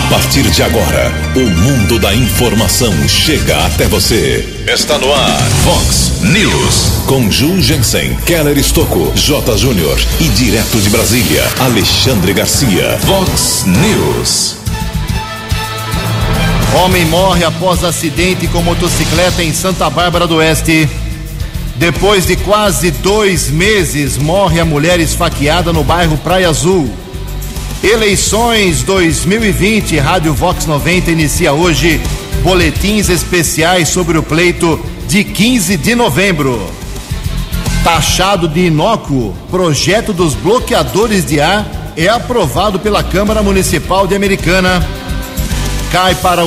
partir de agora, o mundo da informação chega até você. Está no ar, Vox News. Com Ju Jensen, Keller Estocco, J. Júnior e direto de Brasília, Alexandre Garcia. Vox News. Homem morre após acidente com motocicleta em Santa Bárbara do Oeste. Depois de quase 2 meses, morre a mulher esfaqueada no bairro Praia Azul. Eleições 2020, Rádio Vox 90 inicia hoje boletins especiais sobre o pleito de 15 de novembro. Taxado de inócuo, projeto dos bloqueadores de ar é aprovado pela Câmara Municipal de Americana. Cai para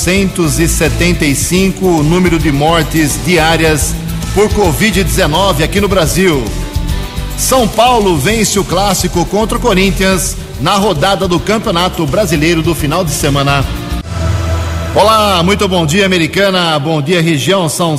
875 o número de mortes diárias por Covid-19 aqui no Brasil. São Paulo vence o clássico contra o Corinthians na rodada do Campeonato Brasileiro do final de semana. Olá, muito bom dia, Americana, bom dia, região. São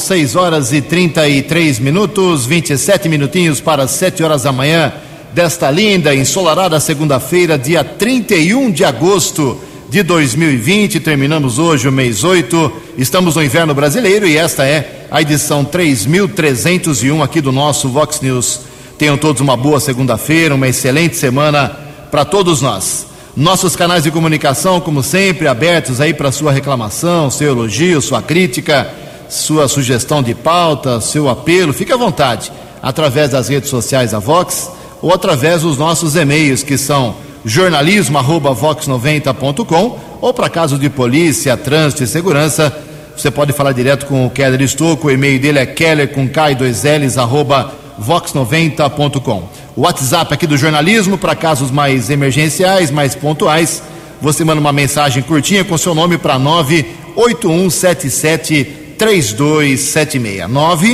6h33, 27 minutinhos para 7 horas da manhã desta linda, ensolarada segunda-feira, dia 31 de agosto de 2020. Terminamos hoje o mês 8, estamos no inverno brasileiro e esta é a edição 3.301 aqui do nosso Vox News. Tenham todos uma boa segunda-feira, uma excelente semana para todos nós. Nossos canais de comunicação, como sempre, abertos aí para sua reclamação, seu elogio, sua crítica, sua sugestão de pauta, seu apelo. Fique à vontade, através das redes sociais da Vox ou através dos nossos e-mails, que são jornalismo@vox90.com, ou para casos de polícia, trânsito e segurança, você pode falar direto com o Keller Estocco. O e-mail dele é keller@vox90.com. O WhatsApp aqui do jornalismo, para casos mais emergenciais, mais pontuais, você manda uma mensagem curtinha com seu nome para 981773276.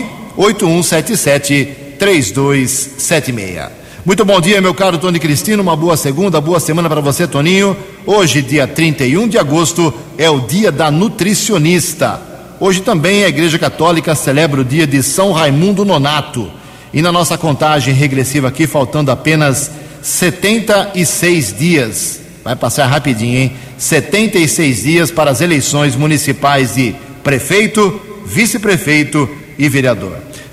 981773276. Muito bom dia, meu caro Tony Cristino, uma boa segunda, boa semana para você, Toninho. Hoje, dia 31 de agosto, é o dia da nutricionista. Hoje também a Igreja Católica celebra o dia de São Raimundo Nonato. E na nossa contagem regressiva aqui, faltando apenas 76 dias, vai passar rapidinho, hein? 76 dias para as eleições municipais de prefeito, vice-prefeito e vereador.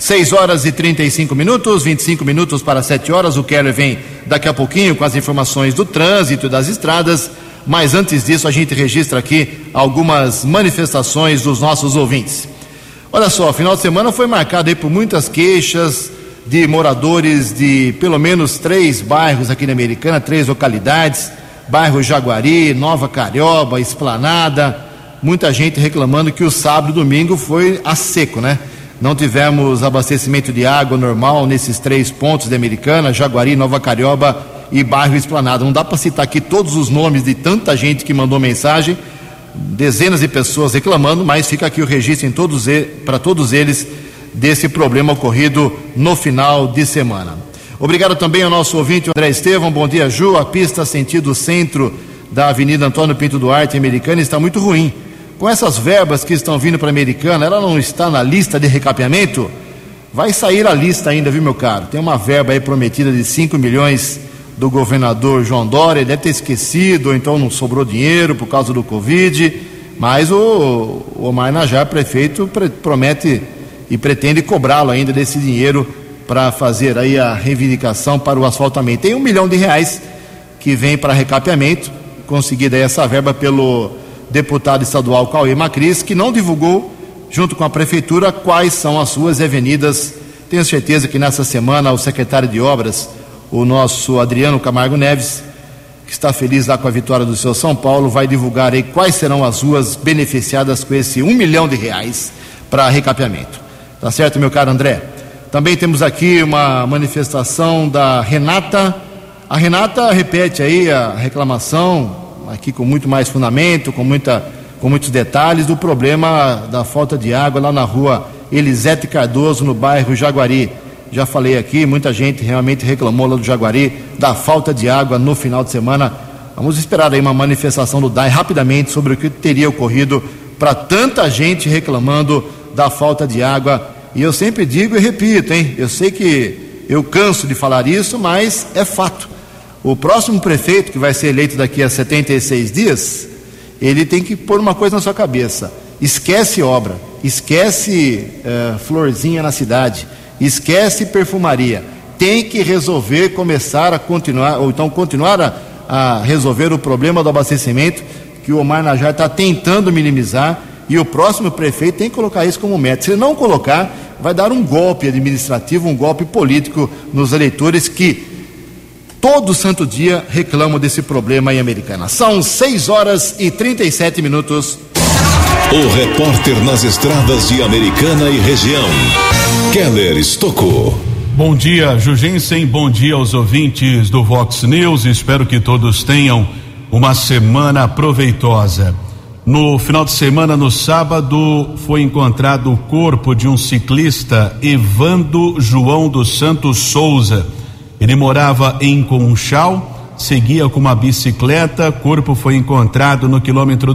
6h35, 25 minutos para 7 horas. O Keller vem daqui a pouquinho com as informações do trânsito e das estradas, mas antes disso a gente registra aqui algumas manifestações dos nossos ouvintes. Olha só, o final de semana foi marcado aí por muitas queixas de moradores de pelo menos 3 bairros aqui na Americana, 3 localidades, bairro Jaguari, Nova Carioba, Esplanada. Muita gente reclamando que o sábado e domingo foi a seco, né? Não tivemos abastecimento de água normal nesses 3 pontos de Americana, Jaguari, Nova Carioba e bairro Esplanada. Não dá para citar aqui todos os nomes de tanta gente que mandou mensagem, dezenas de pessoas reclamando, mas fica aqui o registro para todos eles desse problema ocorrido no final de semana. Obrigado também ao nosso ouvinte André Estevam. Bom dia, Ju. A pista sentido centro da Avenida Antônio Pinto Duarte, Americana, está muito ruim. Com essas verbas que estão vindo para a Americana, ela não está na lista de recapeamento? Vai sair a lista ainda, viu, meu caro? Tem uma verba aí prometida de 5 milhões do governador João Dória. Ele deve ter esquecido, ou então não sobrou dinheiro por causa do Covid, mas o Omar Najar, prefeito, promete e pretende cobrá-lo ainda desse dinheiro para fazer aí a reivindicação para o asfaltamento. Tem R$1 milhão que vem para recapeamento, conseguida aí essa verba pelo deputado estadual Cauê Macris, que não divulgou, junto com a prefeitura, quais são as suas avenidas. Tenho certeza que nessa semana o secretário de obras, o nosso Adriano Camargo Neves, que está feliz lá com a vitória do seu São Paulo, vai divulgar aí quais serão as ruas beneficiadas com esse R$1 milhão para recapeamento. Tá certo, meu caro André? Também temos aqui uma manifestação da Renata. A Renata repete aí a reclamação, aqui com muito mais fundamento, com muitos detalhes, do problema da falta de água lá na rua Elisete Cardoso, no bairro Jaguari. Já falei aqui, muita gente realmente reclamou lá do Jaguari da falta de água no final de semana. Vamos esperar aí uma manifestação do DAI rapidamente sobre o que teria ocorrido para tanta gente reclamando da falta de água. E eu sempre digo e repito, hein? Eu sei que eu canso de falar isso, mas é fato. O próximo prefeito, que vai ser eleito daqui a 76 dias, ele tem que pôr uma coisa na sua cabeça: esquece obra, esquece florzinha na cidade, esquece perfumaria. Tem que resolver, começar a continuar, ou então continuar a resolver o problema do abastecimento que o Omar Najjar está tentando minimizar, e o próximo prefeito tem que colocar isso como meta. Se ele não colocar, vai dar um golpe administrativo, um golpe político nos eleitores que todo santo dia reclamam desse problema em Americana. São 6h37. O repórter nas estradas de Americana e região, Keller Estocou. Bom dia, Jugensen, bom dia aos ouvintes do Vox News, espero que todos tenham uma semana proveitosa. No final de semana, no sábado, foi encontrado o corpo de um ciclista, Evando João dos Santos Souza. Ele morava em Conchal, seguia com uma bicicleta. Corpo foi encontrado no quilômetro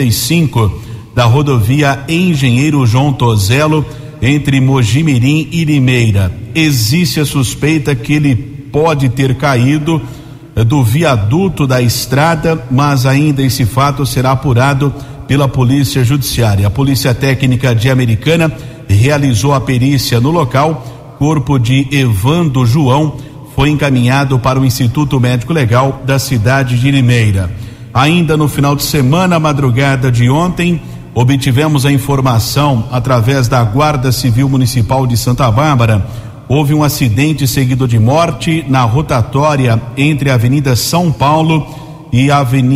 95 da rodovia Engenheiro João Tozelo, entre Mojimirim e Limeira. Existe a suspeita que ele pode ter caído do viaduto da estrada, mas ainda esse fato será apurado pela Polícia Judiciária. A Polícia Técnica de Americana realizou a perícia no local. Corpo de Evando João foi encaminhado para o Instituto Médico Legal da cidade de Limeira. Ainda no final de semana, madrugada de ontem, obtivemos a informação através da Guarda Civil Municipal de Santa Bárbara. Houve um acidente seguido de morte na rotatória entre a Avenida São Paulo e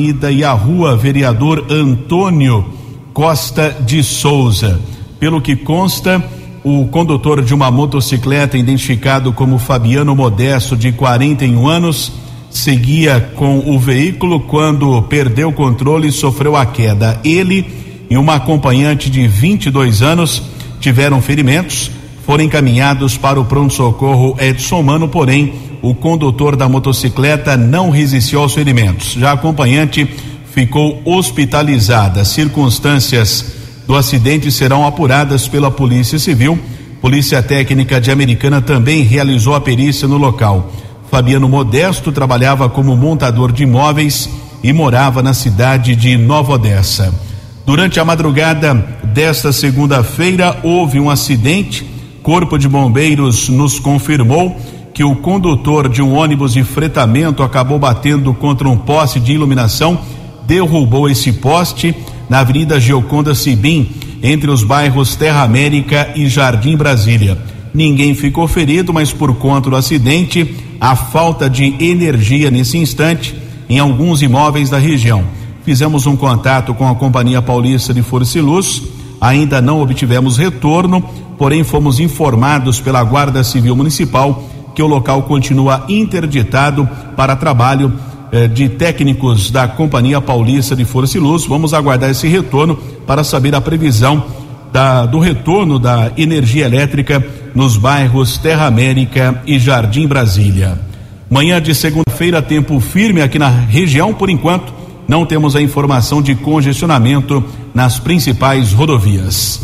a Rua Vereador Antônio Costa de Souza. Pelo que consta, o condutor de uma motocicleta, identificado como Fabiano Modesto, de 41 anos, seguia com o veículo quando perdeu o controle e sofreu a queda. Ele e uma acompanhante de 22 anos tiveram ferimentos, foram encaminhados para o pronto-socorro Edson Mano, porém o condutor da motocicleta não resistiu aos ferimentos. Já a acompanhante ficou hospitalizada. Circunstâncias do acidente serão apuradas pela Polícia Civil. Polícia Técnica de Americana também realizou a perícia no local. Fabiano Modesto trabalhava como montador de imóveis e morava na cidade de Nova Odessa. Durante a madrugada desta segunda-feira houve um acidente. Corpo de Bombeiros nos confirmou que o condutor de um ônibus de fretamento acabou batendo contra um poste de iluminação, derrubou esse poste na Avenida Gioconda Sibim, entre os bairros Terra América e Jardim Brasília. Ninguém ficou ferido, mas por conta do acidente, a falta de energia nesse instante em alguns imóveis da região. Fizemos um contato com a Companhia Paulista de Força e Luz, ainda não obtivemos retorno, porém fomos informados pela Guarda Civil Municipal que o local continua interditado para trabalho de técnicos da Companhia Paulista de Força e Luz. Vamos aguardar esse retorno para saber a previsão do retorno da energia elétrica nos bairros Terra América e Jardim Brasília. Manhã de segunda-feira, tempo firme aqui na região. Por enquanto, não temos a informação de congestionamento nas principais rodovias.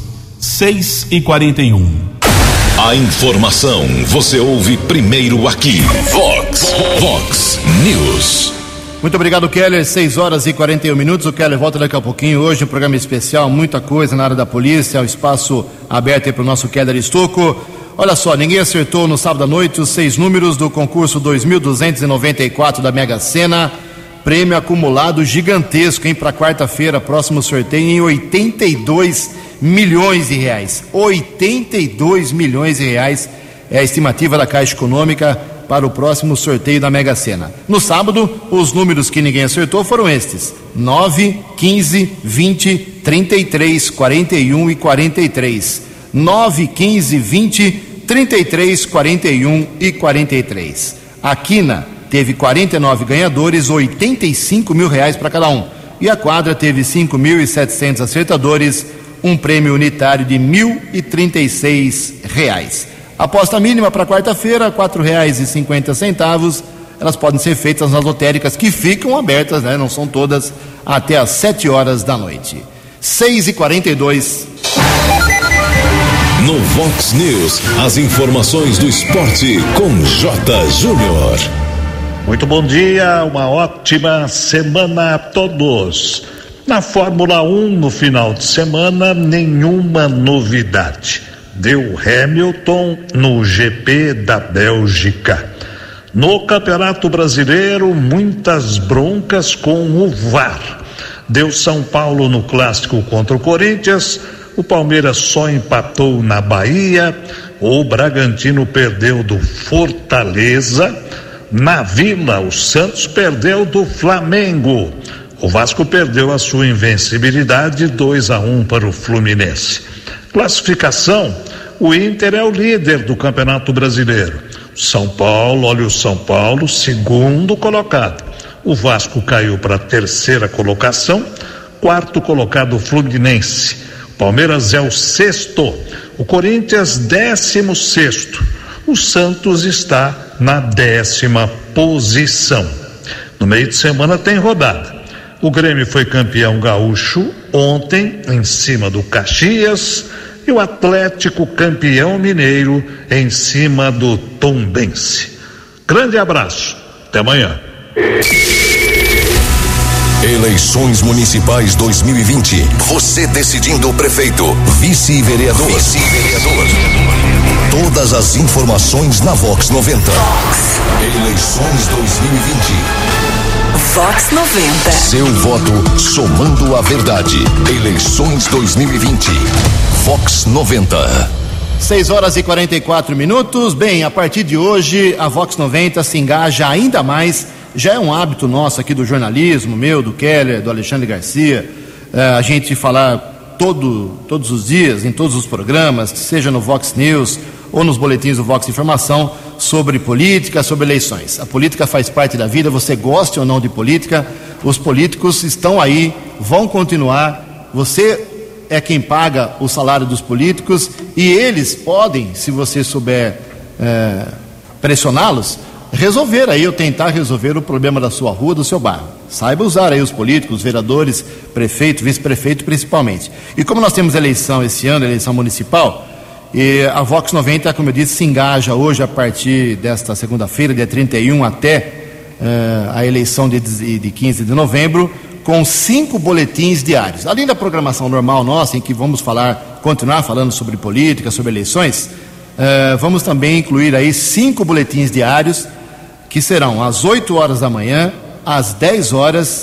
6h41. A informação você ouve primeiro aqui. Vox News. Muito obrigado, Keller. 6h41. O Keller volta daqui a pouquinho. Hoje um programa especial, muita coisa na área da polícia, o espaço aberto aí para o nosso Keller Estocco. Olha só, ninguém acertou no sábado à noite os 6 números do concurso 2.294 da Mega Sena. Prêmio acumulado gigantesco, hein? Para quarta-feira, próximo sorteio em 82 milhões de reais. 82 milhões de reais é a estimativa da Caixa Econômica para o próximo sorteio da Mega Sena. No sábado, os números que ninguém acertou foram estes: 9, 15, 20, 33, 41 e 43. 9, 15, 20, 33, 41 e 43. A Quina teve 49 ganhadores, 85 mil reais para cada um. E a quadra teve 5.700 acertadores, um prêmio unitário de R$1.036. Aposta mínima para quarta-feira, R$4,50. Elas podem ser feitas nas lotéricas que ficam abertas, né? Não são todas, até às 7 horas da noite. 6h42. No Vox News, as informações do esporte com J. Júnior. Muito bom dia, uma ótima semana a todos. Na Fórmula 1, no final de semana, nenhuma novidade. Deu Hamilton no GP da Bélgica. No Campeonato Brasileiro, muitas broncas com o VAR. Deu São Paulo no clássico contra o Corinthians, o Palmeiras só empatou na Bahia, o Bragantino perdeu do Fortaleza, na Vila o Santos perdeu do Flamengo. O Vasco perdeu a sua invencibilidade 2-1 para o Fluminense. Classificação: o Inter é o líder do Campeonato Brasileiro. São Paulo, olha o São Paulo, segundo colocado. O Vasco caiu para a terceira colocação, quarto colocado o Fluminense. O Palmeiras é o sexto, o Corinthians 16º. O Santos está na 10ª posição. No meio de semana tem rodada. O Grêmio foi campeão gaúcho ontem, em cima do Caxias, e o Atlético campeão mineiro, em cima do Tombense. Grande abraço, até amanhã. Eleições Municipais 2020. Você decidindo o prefeito, vice-vereador. Todas as informações na Vox 90. Eleições 2020. Vox 90. Seu voto somando a verdade. Eleições 2020. Vox 90. 6h44. Bem, a partir de hoje, a Vox 90 se engaja ainda mais. Já é um hábito nosso aqui do jornalismo, meu, do Keller, do Alexandre Garcia, a gente falar todos os dias, em todos os programas, seja no Vox News ou nos boletins do Vox Informação, sobre política, sobre eleições. A política faz parte da vida, você goste ou não de política, os políticos estão aí, vão continuar, você é quem paga o salário dos políticos e eles podem, se você souber pressioná-los, resolver aí, ou tentar resolver o problema da sua rua, do seu bairro. Saiba usar aí os políticos, os vereadores, prefeito, vice-prefeito principalmente. E como nós temos eleição esse ano, eleição municipal, e a Vox 90, como eu disse, se engaja hoje a partir desta segunda-feira, dia 31, até a eleição de 15 de novembro, com 5 boletins diários. Além da programação normal nossa, em que vamos continuar falando sobre política, sobre eleições, vamos também incluir aí 5 boletins diários, que serão às 8 horas da manhã, às 10 horas,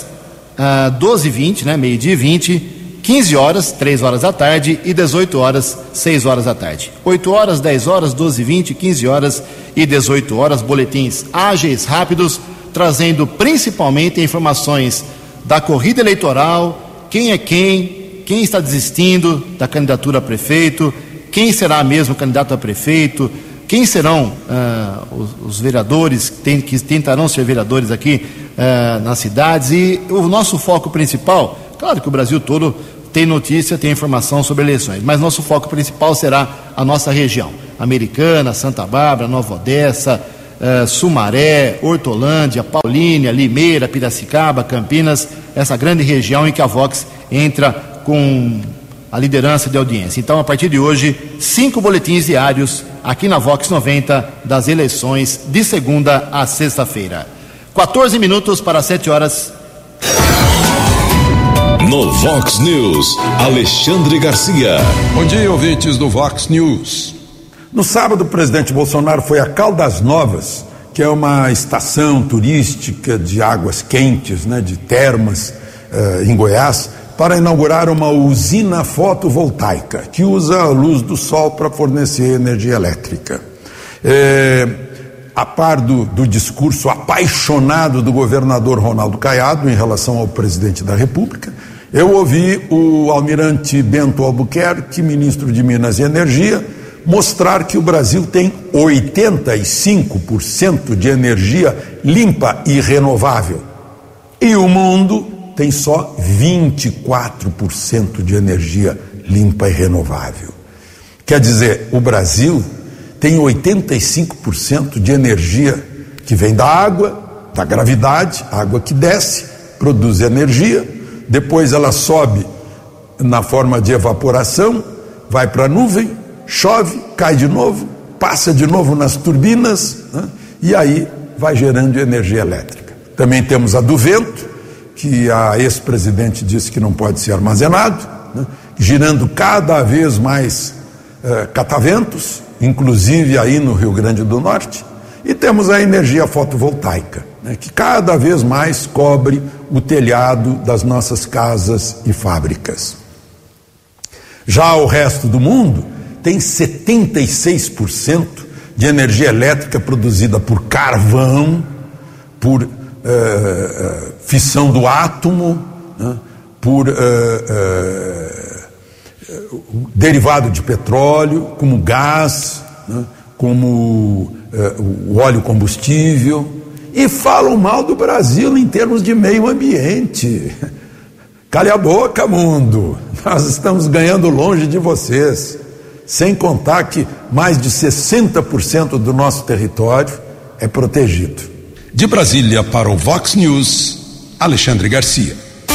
12h20, meio-dia e 20, 15 horas, 3 horas da tarde, e 18 horas, 6 horas da tarde. 8 horas, 10 horas, 12h20, 15 horas e 18 horas, boletins ágeis, rápidos, trazendo principalmente informações da corrida eleitoral, quem é quem está desistindo da candidatura a prefeito, quem será mesmo candidato a prefeito, quem serão os vereadores que tentarão ser vereadores aqui nas cidades. E o nosso foco principal, claro que o Brasil todo tem notícia, tem informação sobre eleições, mas nosso foco principal será a nossa região, Americana, Santa Bárbara, Nova Odessa, Sumaré, Hortolândia, Paulínia, Limeira, Piracicaba, Campinas, essa grande região em que a Vox entra com a liderança de audiência. Então, a partir de hoje, 5 boletins diários aqui na Vox 90 das eleições de segunda a sexta-feira. 14 minutos para 7 horas. No Vox News, Alexandre Garcia. Bom dia, ouvintes do Vox News. No sábado, o presidente Bolsonaro foi a Caldas Novas, que é uma estação turística de águas quentes, de termas, em Goiás, para inaugurar uma usina fotovoltaica que usa a luz do sol para fornecer energia elétrica. A par do discurso apaixonado do governador Ronaldo Caiado em relação ao presidente da República, eu ouvi o almirante Bento Albuquerque, ministro de Minas e Energia, mostrar que o Brasil tem 85% de energia limpa e renovável e o mundo tem só 24% de energia limpa e renovável. Quer dizer, o Brasil tem 85% de energia que vem da água, da gravidade, água que desce, produz energia, depois ela sobe na forma de evaporação, vai para a nuvem, chove, cai de novo, passa de novo nas turbinas, e aí vai gerando energia elétrica. Também temos a do vento, que a ex-presidente disse que não pode ser armazenado, né? Girando cada vez mais cataventos, inclusive aí no Rio Grande do Norte. E temos a energia fotovoltaica, né? Que cada vez mais cobre o telhado das nossas casas e fábricas. Já o resto do mundo tem 76% de energia elétrica produzida por carvão, por fissão do átomo, né? Por derivado de petróleo, como gás, né? Como o óleo combustível, e falam mal do Brasil em termos de meio ambiente. Cale a boca, mundo, nós estamos ganhando longe de vocês, sem contar que mais de 60% do nosso território é protegido. De Brasília para o Vox News, Alexandre Garcia.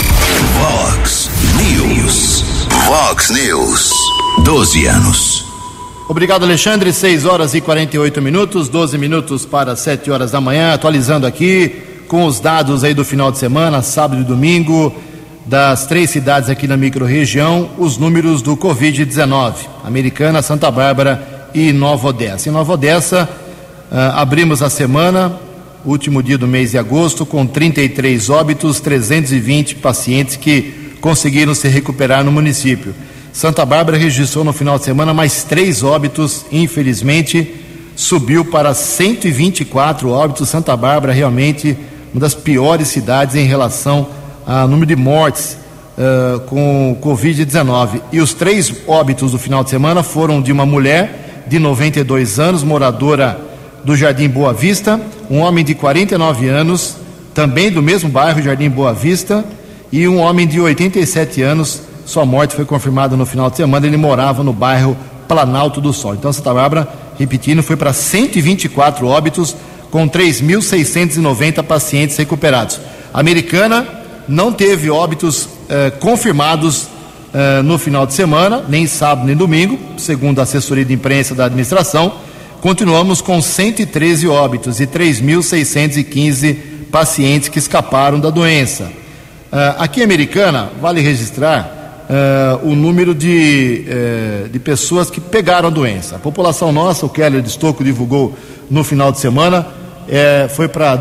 Vox News. Vox News. 12 anos. Obrigado, Alexandre. 6 horas e 48 minutos, 12 minutos para 7 horas da manhã, atualizando aqui com os dados aí do final de semana, sábado e domingo, das 3 cidades aqui na microrregião, os números do Covid-19, Americana, Santa Bárbara e Nova Odessa. Em Nova Odessa, abrimos a semana, último dia do mês de agosto, com 33 óbitos, 320 pacientes que conseguiram se recuperar no município. Santa Bárbara registrou no final de semana mais 3 óbitos, infelizmente subiu para 124 óbitos. Santa Bárbara realmente uma das piores cidades em relação ao número de mortes com Covid-19. E os 3 óbitos do final de semana foram de uma mulher de 92 anos, moradora do Jardim Boa Vista, um homem de 49 anos, também do mesmo bairro, Jardim Boa Vista, e um homem de 87 anos. Sua morte foi confirmada no final de semana. Ele morava no bairro Planalto do Sol. Então, Santa Bárbara, repetindo, foi para 124 óbitos, com 3.690 pacientes recuperados. A Americana não teve óbitos confirmados no final de semana, nem sábado nem domingo, segundo a assessoria de imprensa da administração. Continuamos com 113 óbitos e 3.615 pacientes que escaparam da doença. Aqui em Americana, vale registrar o número de pessoas que pegaram a doença. A população nossa, o Keller Estocco divulgou no final de semana, foi para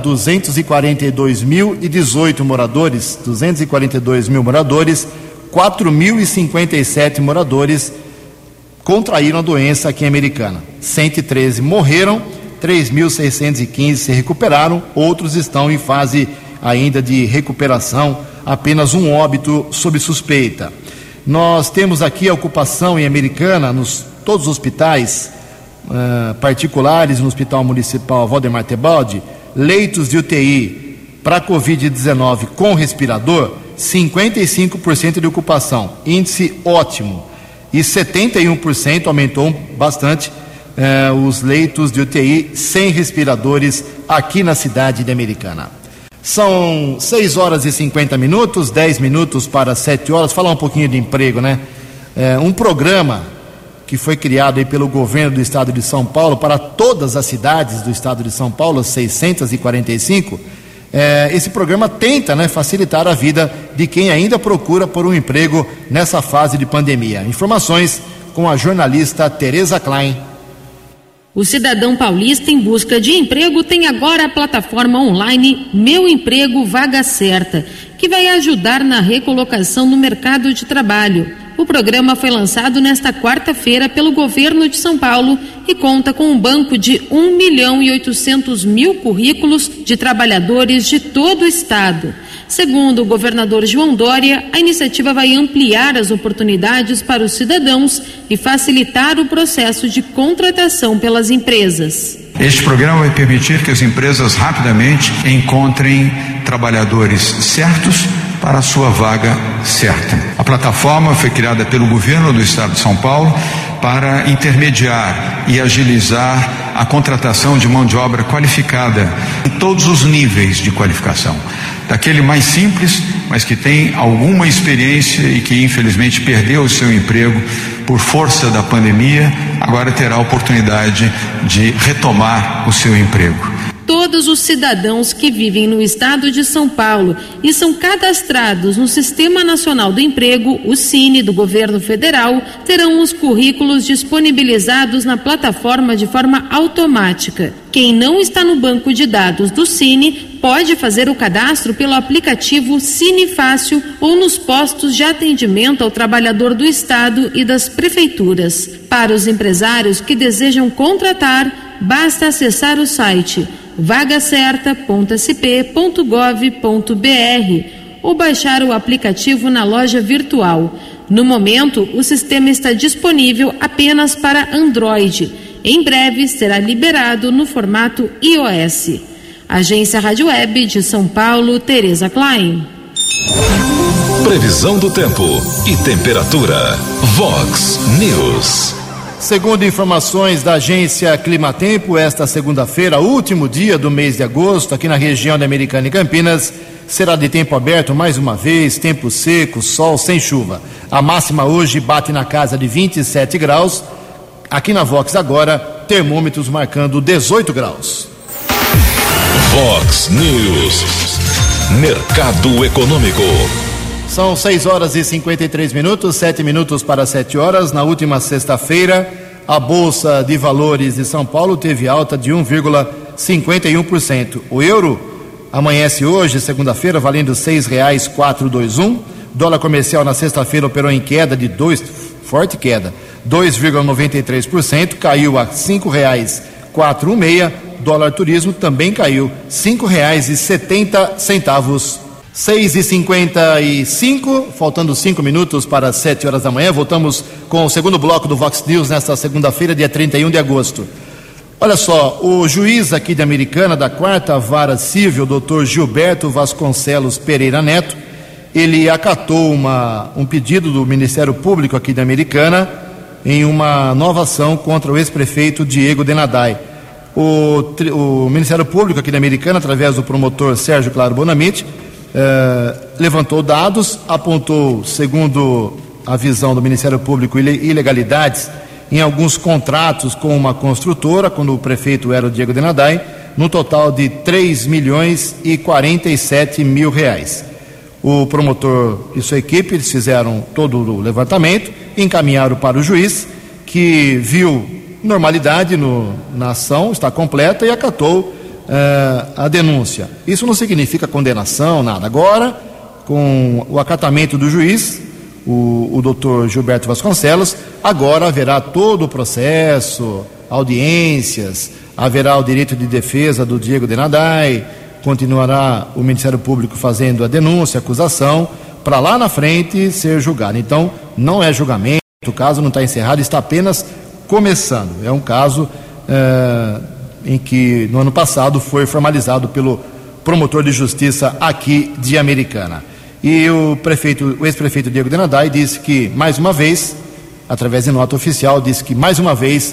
242.018 moradores, 242 mil moradores, 4.057 moradores contraíram a doença aqui em Americana. 113 morreram, 3.615 se recuperaram, outros estão em fase ainda de recuperação, apenas um óbito sob suspeita. Nós temos aqui a ocupação em Americana, todos os hospitais particulares, no Hospital Municipal Valdemar Tebaldi, leitos de UTI para Covid-19 com respirador, 55% de ocupação, índice ótimo, e 71% aumentou bastante os leitos de UTI sem respiradores aqui na cidade de Americana. São 6 horas e 50 minutos, 10 minutos para 7 horas. Falar um pouquinho de emprego, né? Um programa que foi criado aí pelo governo do estado de São Paulo para todas as cidades do estado de São Paulo, 645. Esse programa tenta, né, facilitar a vida de quem ainda procura por um emprego nessa fase de pandemia. Informações com a jornalista Tereza Klein. O cidadão paulista em busca de emprego tem agora a plataforma online Meu Emprego Vaga Certa, que vai ajudar na recolocação no mercado de trabalho. O programa foi lançado nesta quarta-feira pelo governo de São Paulo e conta com um banco de 1.800.000 currículos de trabalhadores de todo o estado. Segundo o governador João Dória, a iniciativa vai ampliar as oportunidades para os cidadãos e facilitar o processo de contratação pelas empresas. Este programa vai permitir que as empresas rapidamente encontrem trabalhadores certos para a sua vaga certa. A plataforma foi criada pelo governo do estado de São Paulo para intermediar e agilizar a contratação de mão de obra qualificada em todos os níveis de qualificação. Daquele mais simples, mas que tem alguma experiência e que infelizmente perdeu o seu emprego por força da pandemia, agora terá a oportunidade de retomar o seu emprego. todos os cidadãos que vivem no estado de São Paulo e são cadastrados no Sistema Nacional do Emprego, o SINE, do governo federal, terão os currículos disponibilizados na plataforma de forma automática. Quem não está no banco de dados do SINE pode fazer o cadastro pelo aplicativo Cine Fácil ou nos postos de atendimento ao trabalhador do estado e das prefeituras. Para os empresários que desejam contratar, basta acessar o site vagacerta.sp.gov.br ou baixar o aplicativo na loja virtual. No momento, o sistema está disponível apenas para Android. Em breve será liberado no formato iOS. Agência Rádio Web de São Paulo, Tereza Klein. Previsão do tempo e temperatura. Vox News. Segundo informações da agência Climatempo, esta segunda-feira, último dia do mês de agosto, aqui na região de Americana e Campinas, será de tempo aberto mais uma vez, tempo seco, sol sem chuva. A máxima hoje bate na casa de 27 graus. Aqui na Vox agora, termômetros marcando 18 graus. Vox News. Mercado Econômico. São 6 horas e 53 minutos, 7 minutos para 7 horas. Na última sexta-feira, a Bolsa de Valores de São Paulo teve alta de 1,51%. O euro amanhece hoje, segunda-feira, valendo R$ 6,421. Dólar comercial na sexta-feira operou em queda de forte queda, 2,93%, caiu a R$ 5,416. Dólar turismo também caiu, R$ 5,70. 6h55, faltando 5 minutos para 7 horas da manhã. Voltamos com o segundo bloco do Vox News nesta segunda-feira, dia 31 de agosto. Olha só, o juiz aqui de Americana, da 4ª Vara Civil, Dr. Gilberto Vasconcelos Pereira Neto, ele acatou um pedido do Ministério Público aqui de Americana em uma nova ação contra o ex-prefeito Diego Denadai. O Ministério Público aqui de Americana, através do promotor Sérgio Claro Bonamite, levantou dados, apontou, segundo a visão do Ministério Público, ilegalidades em alguns contratos com uma construtora, quando o prefeito era o Diego Denadai, no total de R$3.047.000. O promotor e sua equipe, eles fizeram todo o levantamento, encaminharam para o juiz, que viu normalidade na ação, está completa, e acatou a denúncia. Isso não significa condenação, nada. Agora, com o acatamento do juiz, o doutor Gilberto Vasconcelos, agora haverá todo o processo, audiências, haverá o direito de defesa do Diego Denadai, continuará o Ministério Público fazendo a denúncia, a acusação, para lá na frente ser julgado. Então, não é julgamento, o caso não está encerrado, está apenas começando. É um caso em que no ano passado foi formalizado pelo promotor de justiça aqui de Americana. E o ex-prefeito Diego Denadai disse que, mais uma vez, através de nota oficial, disse que mais uma vez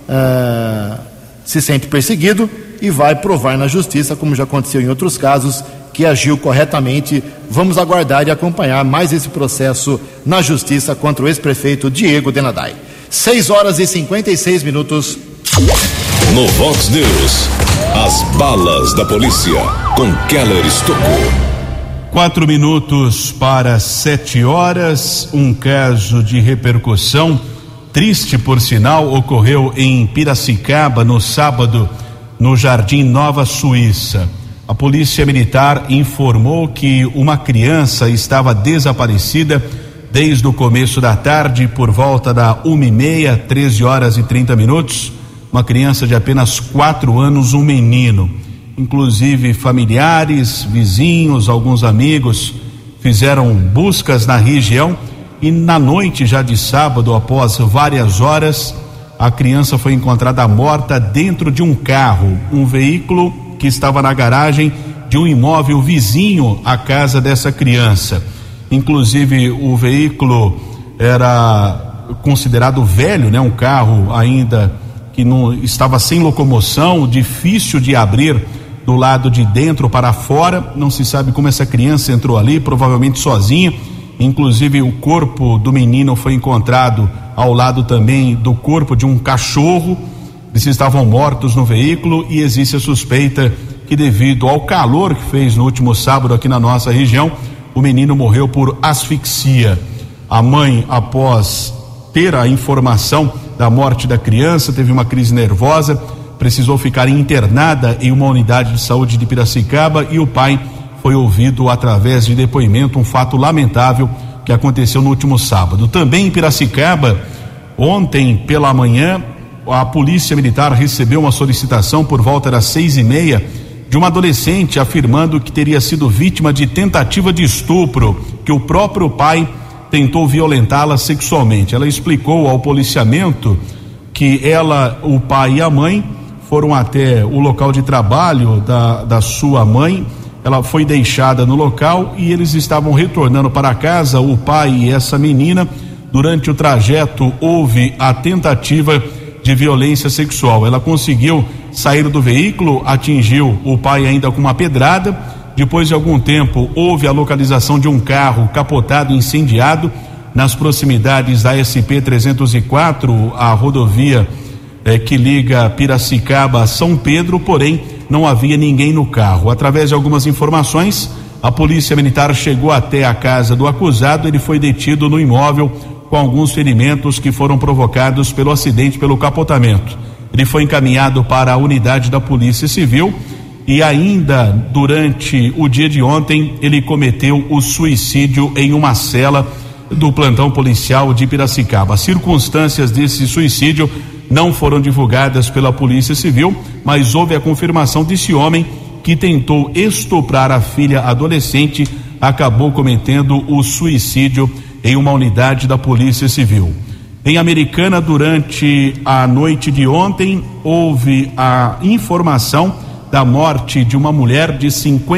se sente perseguido e vai provar na justiça, como já aconteceu em outros casos, que agiu corretamente. Vamos aguardar e acompanhar mais esse processo na justiça contra o ex-prefeito Diego Denadai. 6 horas e 56 minutos. No Vox News, as balas da polícia com Keller Estocou. 4 minutos para 7 horas. Um caso de repercussão triste, por sinal, ocorreu em Piracicaba no sábado, no Jardim Nova Suíça. A polícia militar informou que uma criança estava desaparecida desde o começo da tarde, por volta da 1h30, 13 horas e 30 minutos. Uma criança de apenas 4 anos, um menino. Inclusive familiares, vizinhos, alguns amigos fizeram buscas na região, e na noite já de sábado, após várias horas, a criança foi encontrada morta dentro de um carro, um veículo que estava na garagem de um imóvel vizinho à casa dessa criança. Inclusive o veículo era considerado velho, né? Um carro ainda que não estava sem locomoção, difícil de abrir do lado de dentro para fora. Não se sabe como essa criança entrou ali, provavelmente sozinha. Inclusive o corpo do menino foi encontrado ao lado também do corpo de um cachorro Eles estavam mortos no veículo e existe a suspeita que, devido ao calor que fez no último sábado aqui na nossa região, o menino morreu por asfixia. A mãe, após ter a informação da morte da criança, teve uma crise nervosa, precisou ficar internada em uma unidade de saúde de Piracicaba, e o pai foi ouvido através de depoimento, um fato lamentável que aconteceu no último sábado. Também em Piracicaba, ontem pela manhã, a Polícia Militar recebeu uma solicitação por volta das 6:30 de uma adolescente afirmando que teria sido vítima de tentativa de estupro, que o próprio pai tentou violentá-la sexualmente. Ela explicou ao policiamento que ela, o pai e a mãe foram até o local de trabalho da sua mãe. Ela foi deixada no local e eles estavam retornando para casa, o pai e essa menina. Durante o trajeto houve a tentativa de violência sexual. Ela conseguiu sair do veículo, atingiu o pai ainda com uma pedrada. Depois de algum tempo houve a localização de um carro capotado e incendiado nas proximidades da SP-304, a rodovia que liga Piracicaba a São Pedro, porém não havia ninguém no carro. Através de algumas informações, a Polícia Militar chegou até a casa do acusado. Ele foi detido no imóvel com alguns ferimentos que foram provocados pelo acidente, pelo capotamento. Ele foi encaminhado para a unidade da Polícia Civil e ainda durante o dia de ontem ele cometeu o suicídio em uma cela do plantão policial de Piracicaba. As circunstâncias desse suicídio não foram divulgadas pela Polícia Civil, mas houve a confirmação desse homem que tentou estuprar a filha adolescente, acabou cometendo o suicídio em uma unidade da Polícia Civil. Em Americana, durante a noite de ontem, houve a informação da morte de uma mulher de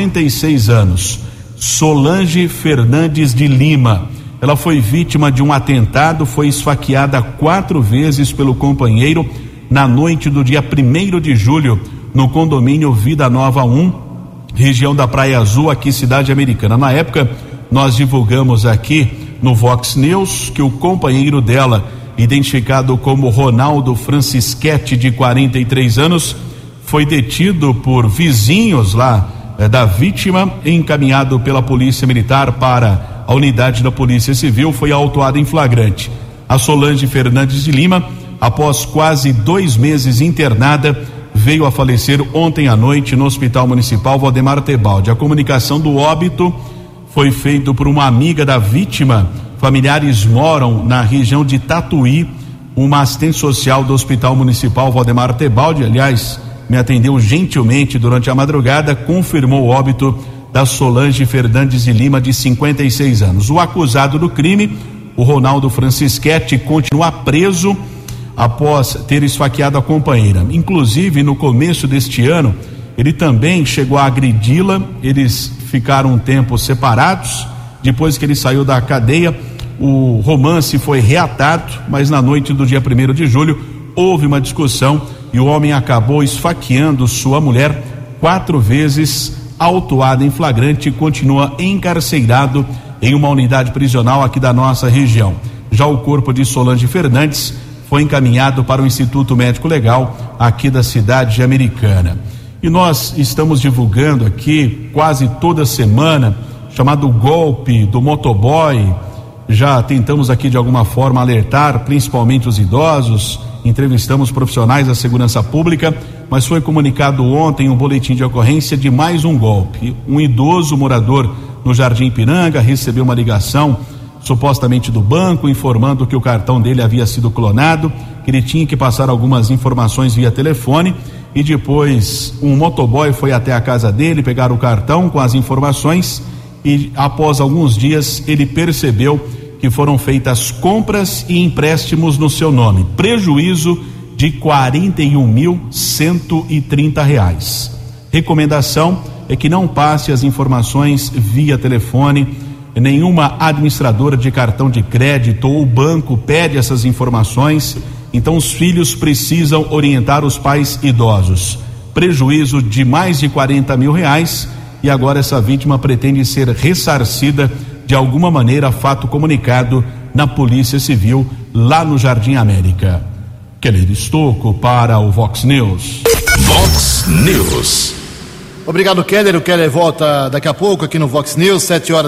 56 anos, Solange Fernandes de Lima. Ela foi vítima de um atentado, foi esfaqueada 4 vezes pelo companheiro na noite do dia 1º de julho, no condomínio Vida Nova 1, região da Praia Azul, aqui cidade Americana. Na época, nós divulgamos aqui no Vox News que o companheiro dela, identificado como Ronaldo Francischetti, de 43 anos, foi detido por vizinhos lá da vítima, encaminhado pela Polícia Militar para a unidade da Polícia Civil, foi autuado em flagrante. A Solange Fernandes de Lima, após quase 2 meses internada, veio a falecer ontem à noite no Hospital Municipal Valdemar Tebaldi. A comunicação do óbito foi feita por uma amiga da vítima. Familiares moram na região de Tatuí. Uma assistente social do Hospital Municipal Valdemar Tebaldi, aliás, me atendeu gentilmente durante a madrugada, confirmou o óbito da Solange Fernandes de Lima, de 56 anos. O acusado do crime, o Ronaldo Francischetti, continua preso após ter esfaqueado a companheira. Inclusive, no começo deste ano, ele também chegou a agredi-la. Eles ficaram um tempo separados. Depois que ele saiu da cadeia, o romance foi reatado, mas na noite do dia 1º de julho houve uma discussão e o homem acabou esfaqueando sua mulher 4 vezes, autuado em flagrante, e continua encarcerado em uma unidade prisional aqui da nossa região. Já o corpo de Solange Fernandes foi encaminhado para o Instituto Médico Legal aqui da cidade Americana. E nós estamos divulgando aqui quase toda semana, chamado golpe do motoboy. Já tentamos aqui de alguma forma alertar principalmente os idosos, entrevistamos profissionais da segurança pública, mas foi comunicado ontem um boletim de ocorrência de mais um golpe. Um idoso morador no Jardim Ipiranga recebeu uma ligação supostamente do banco, informando que o cartão dele havia sido clonado, que ele tinha que passar algumas informações via telefone, e depois um motoboy foi até a casa dele pegar o cartão com as informações, e após alguns dias ele percebeu que foram feitas compras e empréstimos no seu nome, prejuízo de R$41.130. Recomendação é que não passe as informações via telefone. Nenhuma administradora de cartão de crédito ou banco pede essas informações, então os filhos precisam orientar os pais idosos. Prejuízo de mais de R$40 mil, e agora essa vítima pretende ser ressarcida de alguma maneira, fato comunicado na Polícia Civil lá no Jardim América. Keller Estocco para o Vox News. Vox News. Obrigado, Keller. O Keller volta daqui a pouco aqui no Vox News,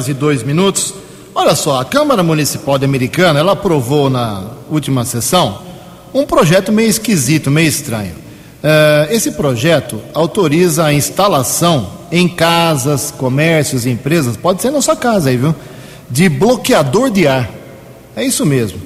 7:02. Olha só, a Câmara Municipal de Americana, ela aprovou na última sessão um projeto meio esquisito, meio estranho. Esse projeto autoriza a instalação em casas, comércios, empresas, pode ser na sua casa aí, viu? De bloqueador de ar. É isso mesmo.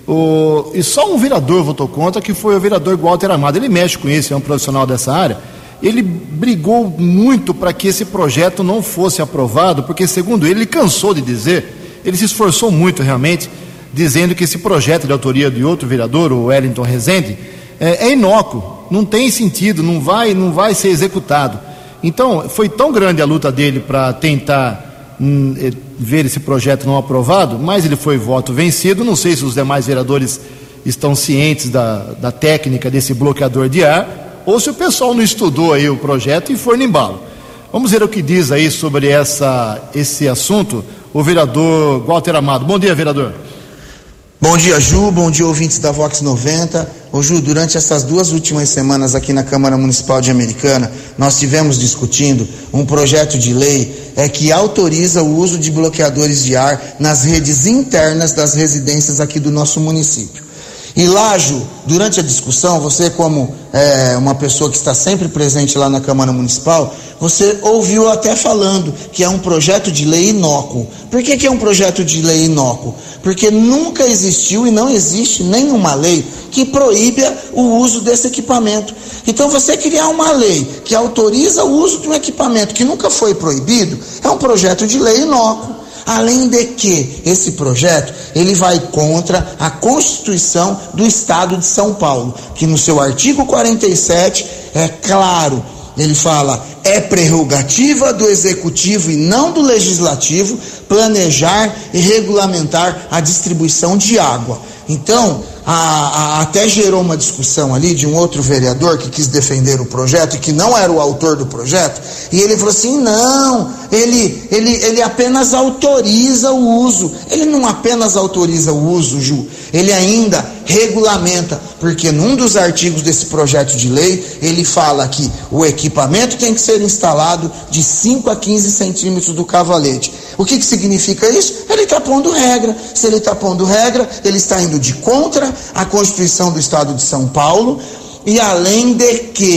E só um vereador votou contra, que foi o vereador Walter Amado. Ele mexe com isso, é um profissional dessa área. Ele brigou muito para que esse projeto não fosse aprovado, porque, segundo ele cansou de dizer, ele se esforçou muito realmente, dizendo que esse projeto de autoria de outro vereador, o Wellington Rezende, é inócuo, não tem sentido, não vai ser executado. Então, foi tão grande a luta dele para tentar ver esse projeto não aprovado, mas ele foi voto vencido. Não sei se os demais vereadores estão cientes da técnica desse bloqueador de ar, ou se o pessoal não estudou aí o projeto e foi no embalo. Vamos ver o que diz aí sobre esse assunto o vereador Walter Amado. Bom dia, vereador. Bom dia, Ju, bom dia, ouvintes da Vox 90. Ô, Ju, durante essas 2 últimas semanas aqui na Câmara Municipal de Americana, nós tivemos discutindo um projeto de lei que autoriza o uso de bloqueadores de ar nas redes internas das residências aqui do nosso município. E lá, Ju, durante a discussão, você como uma pessoa que está sempre presente lá na Câmara Municipal, você ouviu até falando que é um projeto de lei inócuo. Por que é um projeto de lei inócuo? Porque nunca existiu e não existe nenhuma lei que proíba o uso desse equipamento. Então você criar uma lei que autoriza o uso de um equipamento que nunca foi proibido, é um projeto de lei inócuo. Além de que esse projeto, ele vai contra a Constituição do Estado de São Paulo, que no seu artigo 47, é claro, ele fala, é prerrogativa do Executivo e não do Legislativo planejar e regulamentar a distribuição de água. Então, até gerou uma discussão ali de um outro vereador que quis defender o projeto e que não era o autor do projeto, e ele falou assim, não, ele apenas autoriza o uso. Ele não apenas autoriza o uso, Ju, ele ainda regulamenta, porque num dos artigos desse projeto de lei, ele fala que o equipamento tem que ser instalado de 5 a 15 centímetros do cavalete. O que significa isso? Ele está pondo regra. Se ele está pondo regra, ele está indo de contra a Constituição do Estado de São Paulo, e além de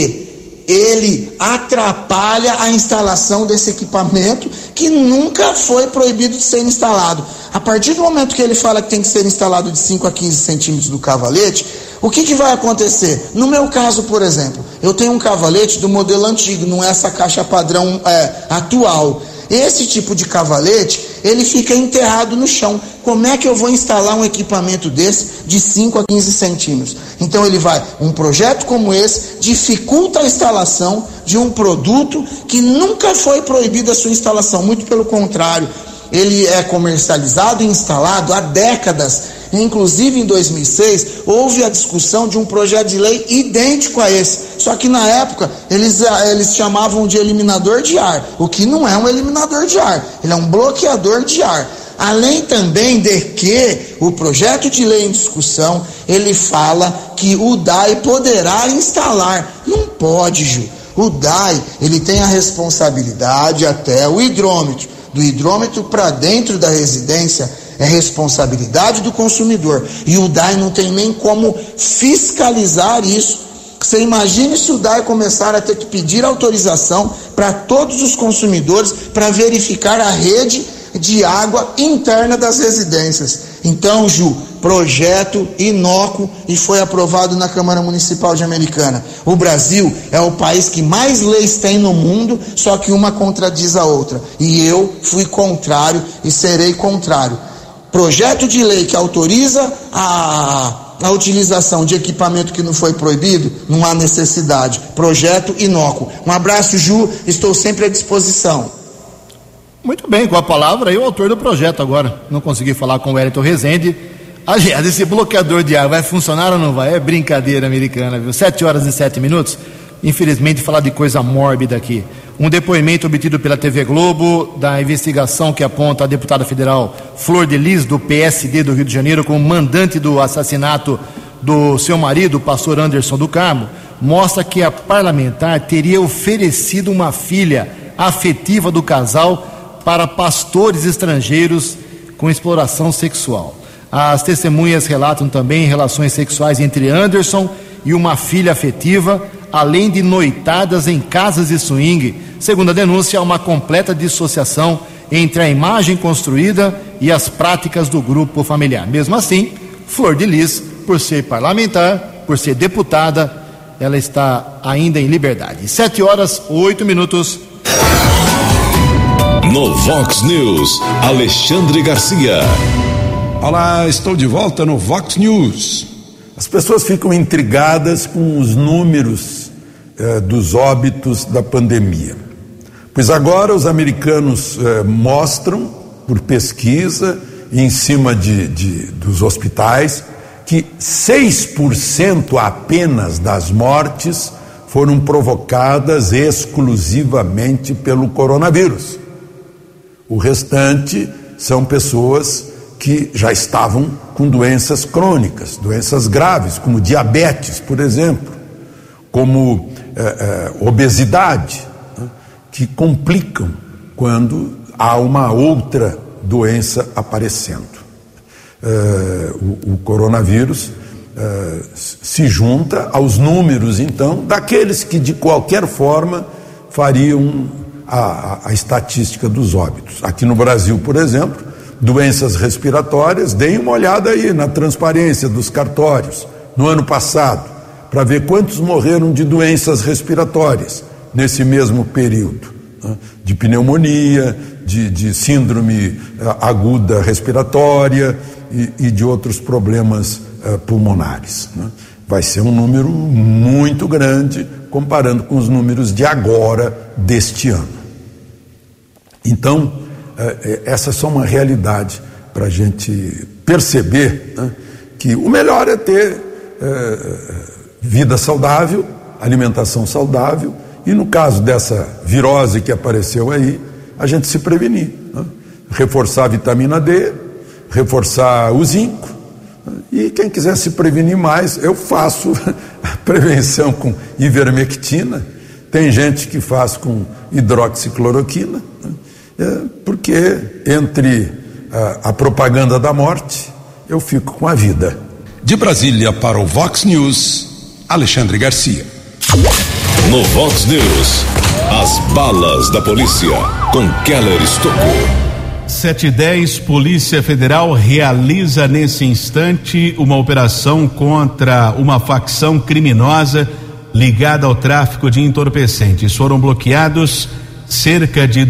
que ele atrapalha a instalação desse equipamento que nunca foi proibido de ser instalado. A partir do momento que ele fala que tem que ser instalado de 5 a 15 centímetros do cavalete, o que vai acontecer? No meu caso, por exemplo, eu tenho um cavalete do modelo antigo, não é essa caixa padrão atual. Esse tipo de cavalete, ele fica enterrado no chão. Como é que eu vou instalar um equipamento desse de 5 a 15 centímetros? Então um projeto como esse dificulta a instalação de um produto que nunca foi proibida a sua instalação, muito pelo contrário, ele é comercializado e instalado há décadas. Inclusive em 2006 houve a discussão de um projeto de lei idêntico a esse, só que na época eles chamavam de eliminador de ar, o que não é um eliminador de ar, ele é um bloqueador de ar. Além também de que o projeto de lei em discussão, ele fala que o DAI poderá instalar. Não pode, Ju. O DAI, ele tem a responsabilidade até o hidrômetro. Do hidrômetro para dentro da residência é responsabilidade do consumidor. E o DAI não tem nem como fiscalizar isso. Você imagine se o DAI começar a ter que pedir autorização para todos os consumidores para verificar a rede de água interna das residências. Então, Ju, projeto inócuo e foi aprovado na Câmara Municipal de Americana. O Brasil é o país que mais leis tem no mundo, só que uma contradiz a outra. E eu fui contrário e serei contrário. Projeto de lei que autoriza a utilização de equipamento que não foi proibido, não há necessidade. Projeto inócuo. Um abraço, Ju, estou sempre à disposição. Muito bem, com a palavra aí o autor do projeto agora. Não consegui falar com o Wellington Rezende. Aliás, esse bloqueador de ar vai funcionar ou não vai? É brincadeira americana, viu? 7:07. Infelizmente, falar de coisa mórbida aqui. Um depoimento obtido pela TV Globo da investigação que aponta a deputada federal Flor de Lis, do PSD do Rio de Janeiro, como mandante do assassinato do seu marido, o pastor Anderson do Carmo, mostra que a parlamentar teria oferecido uma filha afetiva do casal para pastores estrangeiros com exploração sexual. As testemunhas relatam também relações sexuais entre Anderson e uma filha afetiva, além de noitadas em casas de swing. Segundo a denúncia, há uma completa dissociação entre a imagem construída e as práticas do grupo familiar. Mesmo assim, Flor de Lis, por ser parlamentar, por ser deputada, ela está ainda em liberdade. 7h08. No Vox News, Alexandre Garcia. Olá, estou de volta no Vox News. As pessoas ficam intrigadas com os números dos óbitos da pandemia. Pois agora os americanos mostram, por pesquisa, em cima dos hospitais, que 6% apenas das mortes foram provocadas exclusivamente pelo coronavírus. O restante são pessoas que já estavam com doenças crônicas, doenças graves, como diabetes, por exemplo, como obesidade, né, que complicam quando há uma outra doença aparecendo. O coronavírus se junta aos números, então, daqueles que de qualquer forma fariam a estatística dos óbitos. Aqui no Brasil, por exemplo, doenças respiratórias, deem uma olhada aí na transparência dos cartórios no ano passado, para ver quantos morreram de doenças respiratórias nesse mesmo período, né? De pneumonia, de síndrome aguda respiratória e de outros problemas pulmonares, né? Vai ser um número muito grande comparando com os números de agora, deste ano. Então, essa é só uma realidade para a gente perceber, né, que o melhor é ter vida saudável, alimentação saudável, e no caso dessa virose que apareceu aí, a gente se prevenir, né? Reforçar a vitamina D, reforçar o zinco, né? E quem quiser se prevenir mais, eu faço a prevenção com ivermectina, tem gente que faz com hidroxicloroquina, né? Porque entre a propaganda da morte, eu fico com a vida. De Brasília para o Vox News, Alexandre Garcia. No Vox News, as balas da polícia com Keller Estocou. 7h10, Polícia Federal realiza nesse instante uma operação contra uma facção criminosa ligada ao tráfico de entorpecentes. Foram bloqueados cerca de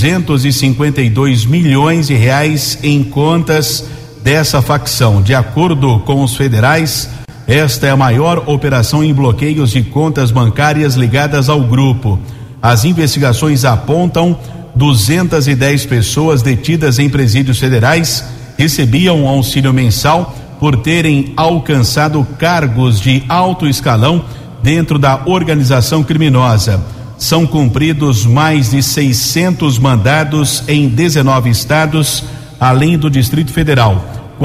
252 milhões de reais em contas dessa facção. De acordo com os federais, esta é a maior operação em bloqueios de contas bancárias ligadas ao grupo. As investigações apontam 210 pessoas detidas em presídios federais recebiam auxílio mensal por terem alcançado cargos de alto escalão dentro da organização criminosa. São cumpridos mais de 600 mandados em 19 estados, além do Distrito Federal,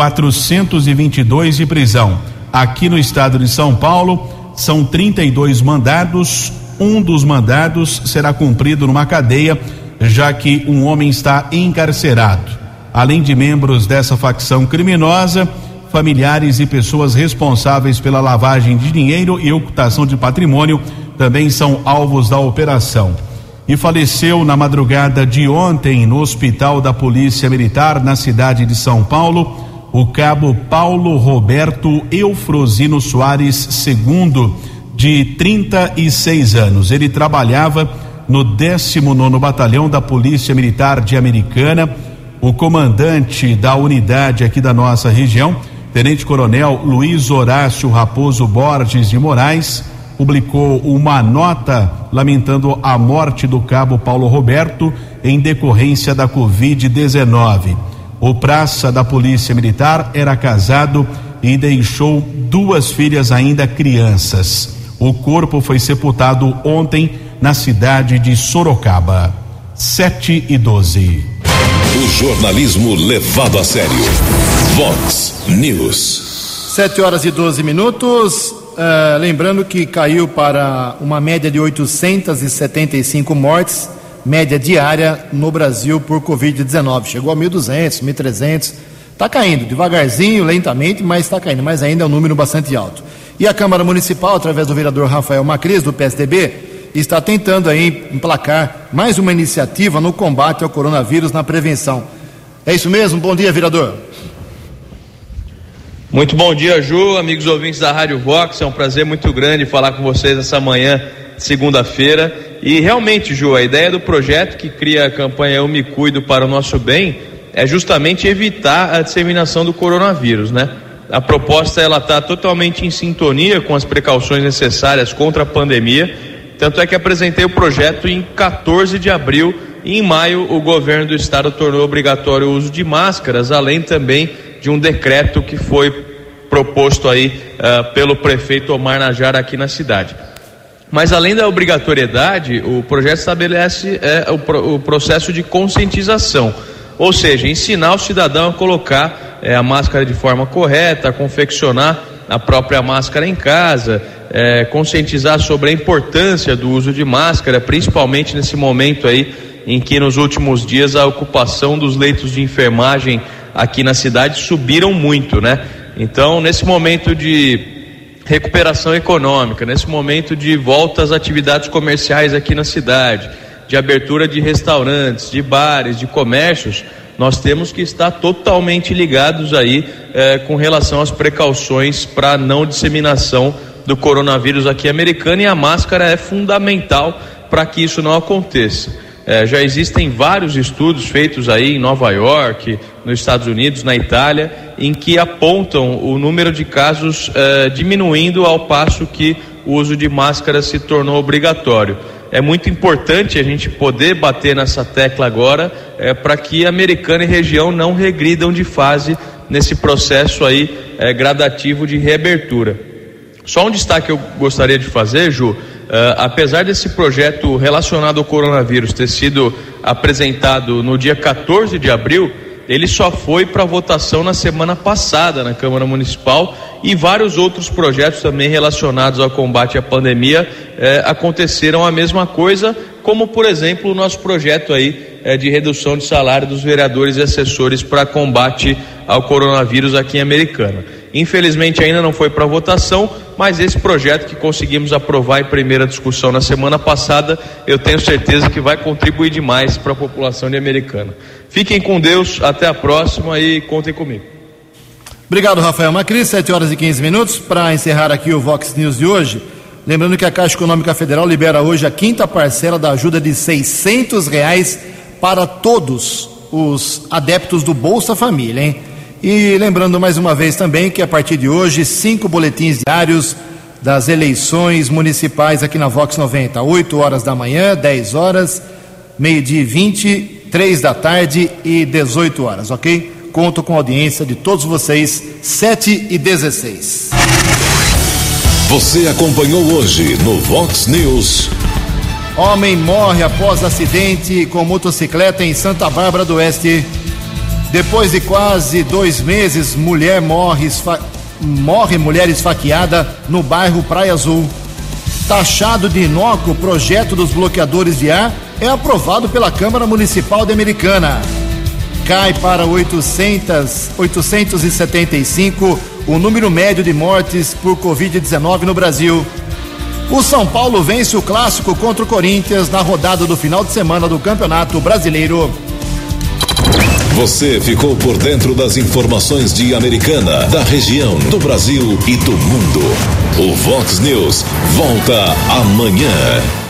422 de prisão. Aqui no estado de São Paulo, são 32 mandados. Um dos mandados será cumprido numa cadeia, já que um homem está encarcerado. Além de membros dessa facção criminosa, familiares e pessoas responsáveis pela lavagem de dinheiro e ocultação de patrimônio também são alvos da operação. E faleceu na madrugada de ontem no Hospital da Polícia Militar na cidade de São Paulo o cabo Paulo Roberto Eufrosino Soares II, de 36 anos. Ele trabalhava no 19º Batalhão da Polícia Militar de Americana. O comandante da unidade aqui da nossa região, Tenente Coronel Luiz Horácio Raposo Borges de Moraes, publicou uma nota lamentando a morte do cabo Paulo Roberto em decorrência da Covid-19. O praça da Polícia Militar era casado e deixou 2 filhas ainda crianças. O corpo foi sepultado ontem na cidade de Sorocaba. 7h12. O jornalismo levado a sério. Vox News. 7h12. Lembrando que caiu para uma média de 875 mortes, média diária no Brasil por Covid-19. Chegou a 1.200, 1.300. Está caindo, devagarzinho, lentamente, mas está caindo. Mas ainda é um número bastante alto. E a Câmara Municipal, através do vereador Rafael Macris, do PSDB, está tentando aí emplacar mais uma iniciativa no combate ao coronavírus, na prevenção. É isso mesmo? Bom dia, vereador. Muito bom dia, Ju, amigos ouvintes da Rádio Vox. É um prazer muito grande falar com vocês essa manhã de segunda-feira. E realmente, Ju, a ideia do projeto que cria a campanha Eu Me Cuido para o Nosso Bem é justamente evitar a disseminação do coronavírus, né? A proposta ela está totalmente em sintonia com as precauções necessárias contra a pandemia. Tanto é que apresentei o projeto em 14 de abril e em maio o governo do estado tornou obrigatório o uso de máscaras, além também de um decreto que foi proposto aí pelo prefeito Omar Najjar aqui na cidade. Mas além da obrigatoriedade, o projeto estabelece o processo de conscientização, ou seja, ensinar o cidadão a colocar a máscara de forma correta, a confeccionar a própria máscara em casa, conscientizar sobre a importância do uso de máscara, principalmente nesse momento aí em que nos últimos dias a ocupação dos leitos de enfermagem aqui na cidade subiram muito, né? Então, nesse momento de recuperação econômica, nesse momento de volta às atividades comerciais aqui na cidade, de abertura de restaurantes, de bares, de comércios, nós temos que estar totalmente ligados aí com relação às precauções para não disseminação do coronavírus aqui americano, e a máscara é fundamental para que isso não aconteça. Já existem vários estudos feitos aí em Nova York, nos Estados Unidos, na Itália, em que apontam o número de casos diminuindo ao passo que o uso de máscara se tornou obrigatório. É muito importante a gente poder bater nessa tecla agora, para que a Americana e região não regridam de fase nesse processo aí gradativo de reabertura. Só um destaque que eu gostaria de fazer, Ju. Apesar desse projeto relacionado ao coronavírus ter sido apresentado no dia 14 de abril, ele só foi para votação na semana passada na Câmara Municipal, e vários outros projetos também relacionados ao combate à pandemia aconteceram a mesma coisa, como por exemplo o nosso projeto aí de redução de salário dos vereadores e assessores para combate ao coronavírus aqui em Americana. Infelizmente ainda não foi para votação, mas esse projeto que conseguimos aprovar em primeira discussão na semana passada, eu tenho certeza que vai contribuir demais para a população de Americana. Fiquem com Deus, até a próxima e contem comigo. Obrigado, Rafael Macris. 7h15. Para encerrar aqui o Vox News de hoje, lembrando que a Caixa Econômica Federal libera hoje a 5ª parcela da ajuda de R$600 para todos os adeptos do Bolsa Família, hein? E lembrando mais uma vez também que a partir de hoje, 5 boletins diários das eleições municipais aqui na Vox 90, 8 horas da manhã, 10 horas, meio-dia 20, 3 da tarde e 18 horas, ok? Conto com a audiência de todos vocês, 7h16. Você acompanhou hoje no Vox News. Homem morre após acidente com motocicleta em Santa Bárbara do Oeste. Depois de quase 2 meses, mulher morre esfaqueada no bairro Praia Azul. Taxado de inócuo, projeto dos bloqueadores de ar é aprovado pela Câmara Municipal de Americana. Cai para 875 o número médio de mortes por Covid-19 no Brasil. O São Paulo vence o clássico contra o Corinthians na rodada do final de semana do Campeonato Brasileiro. Você ficou por dentro das informações de Americana, da região, do Brasil e do mundo. O Vox News volta amanhã.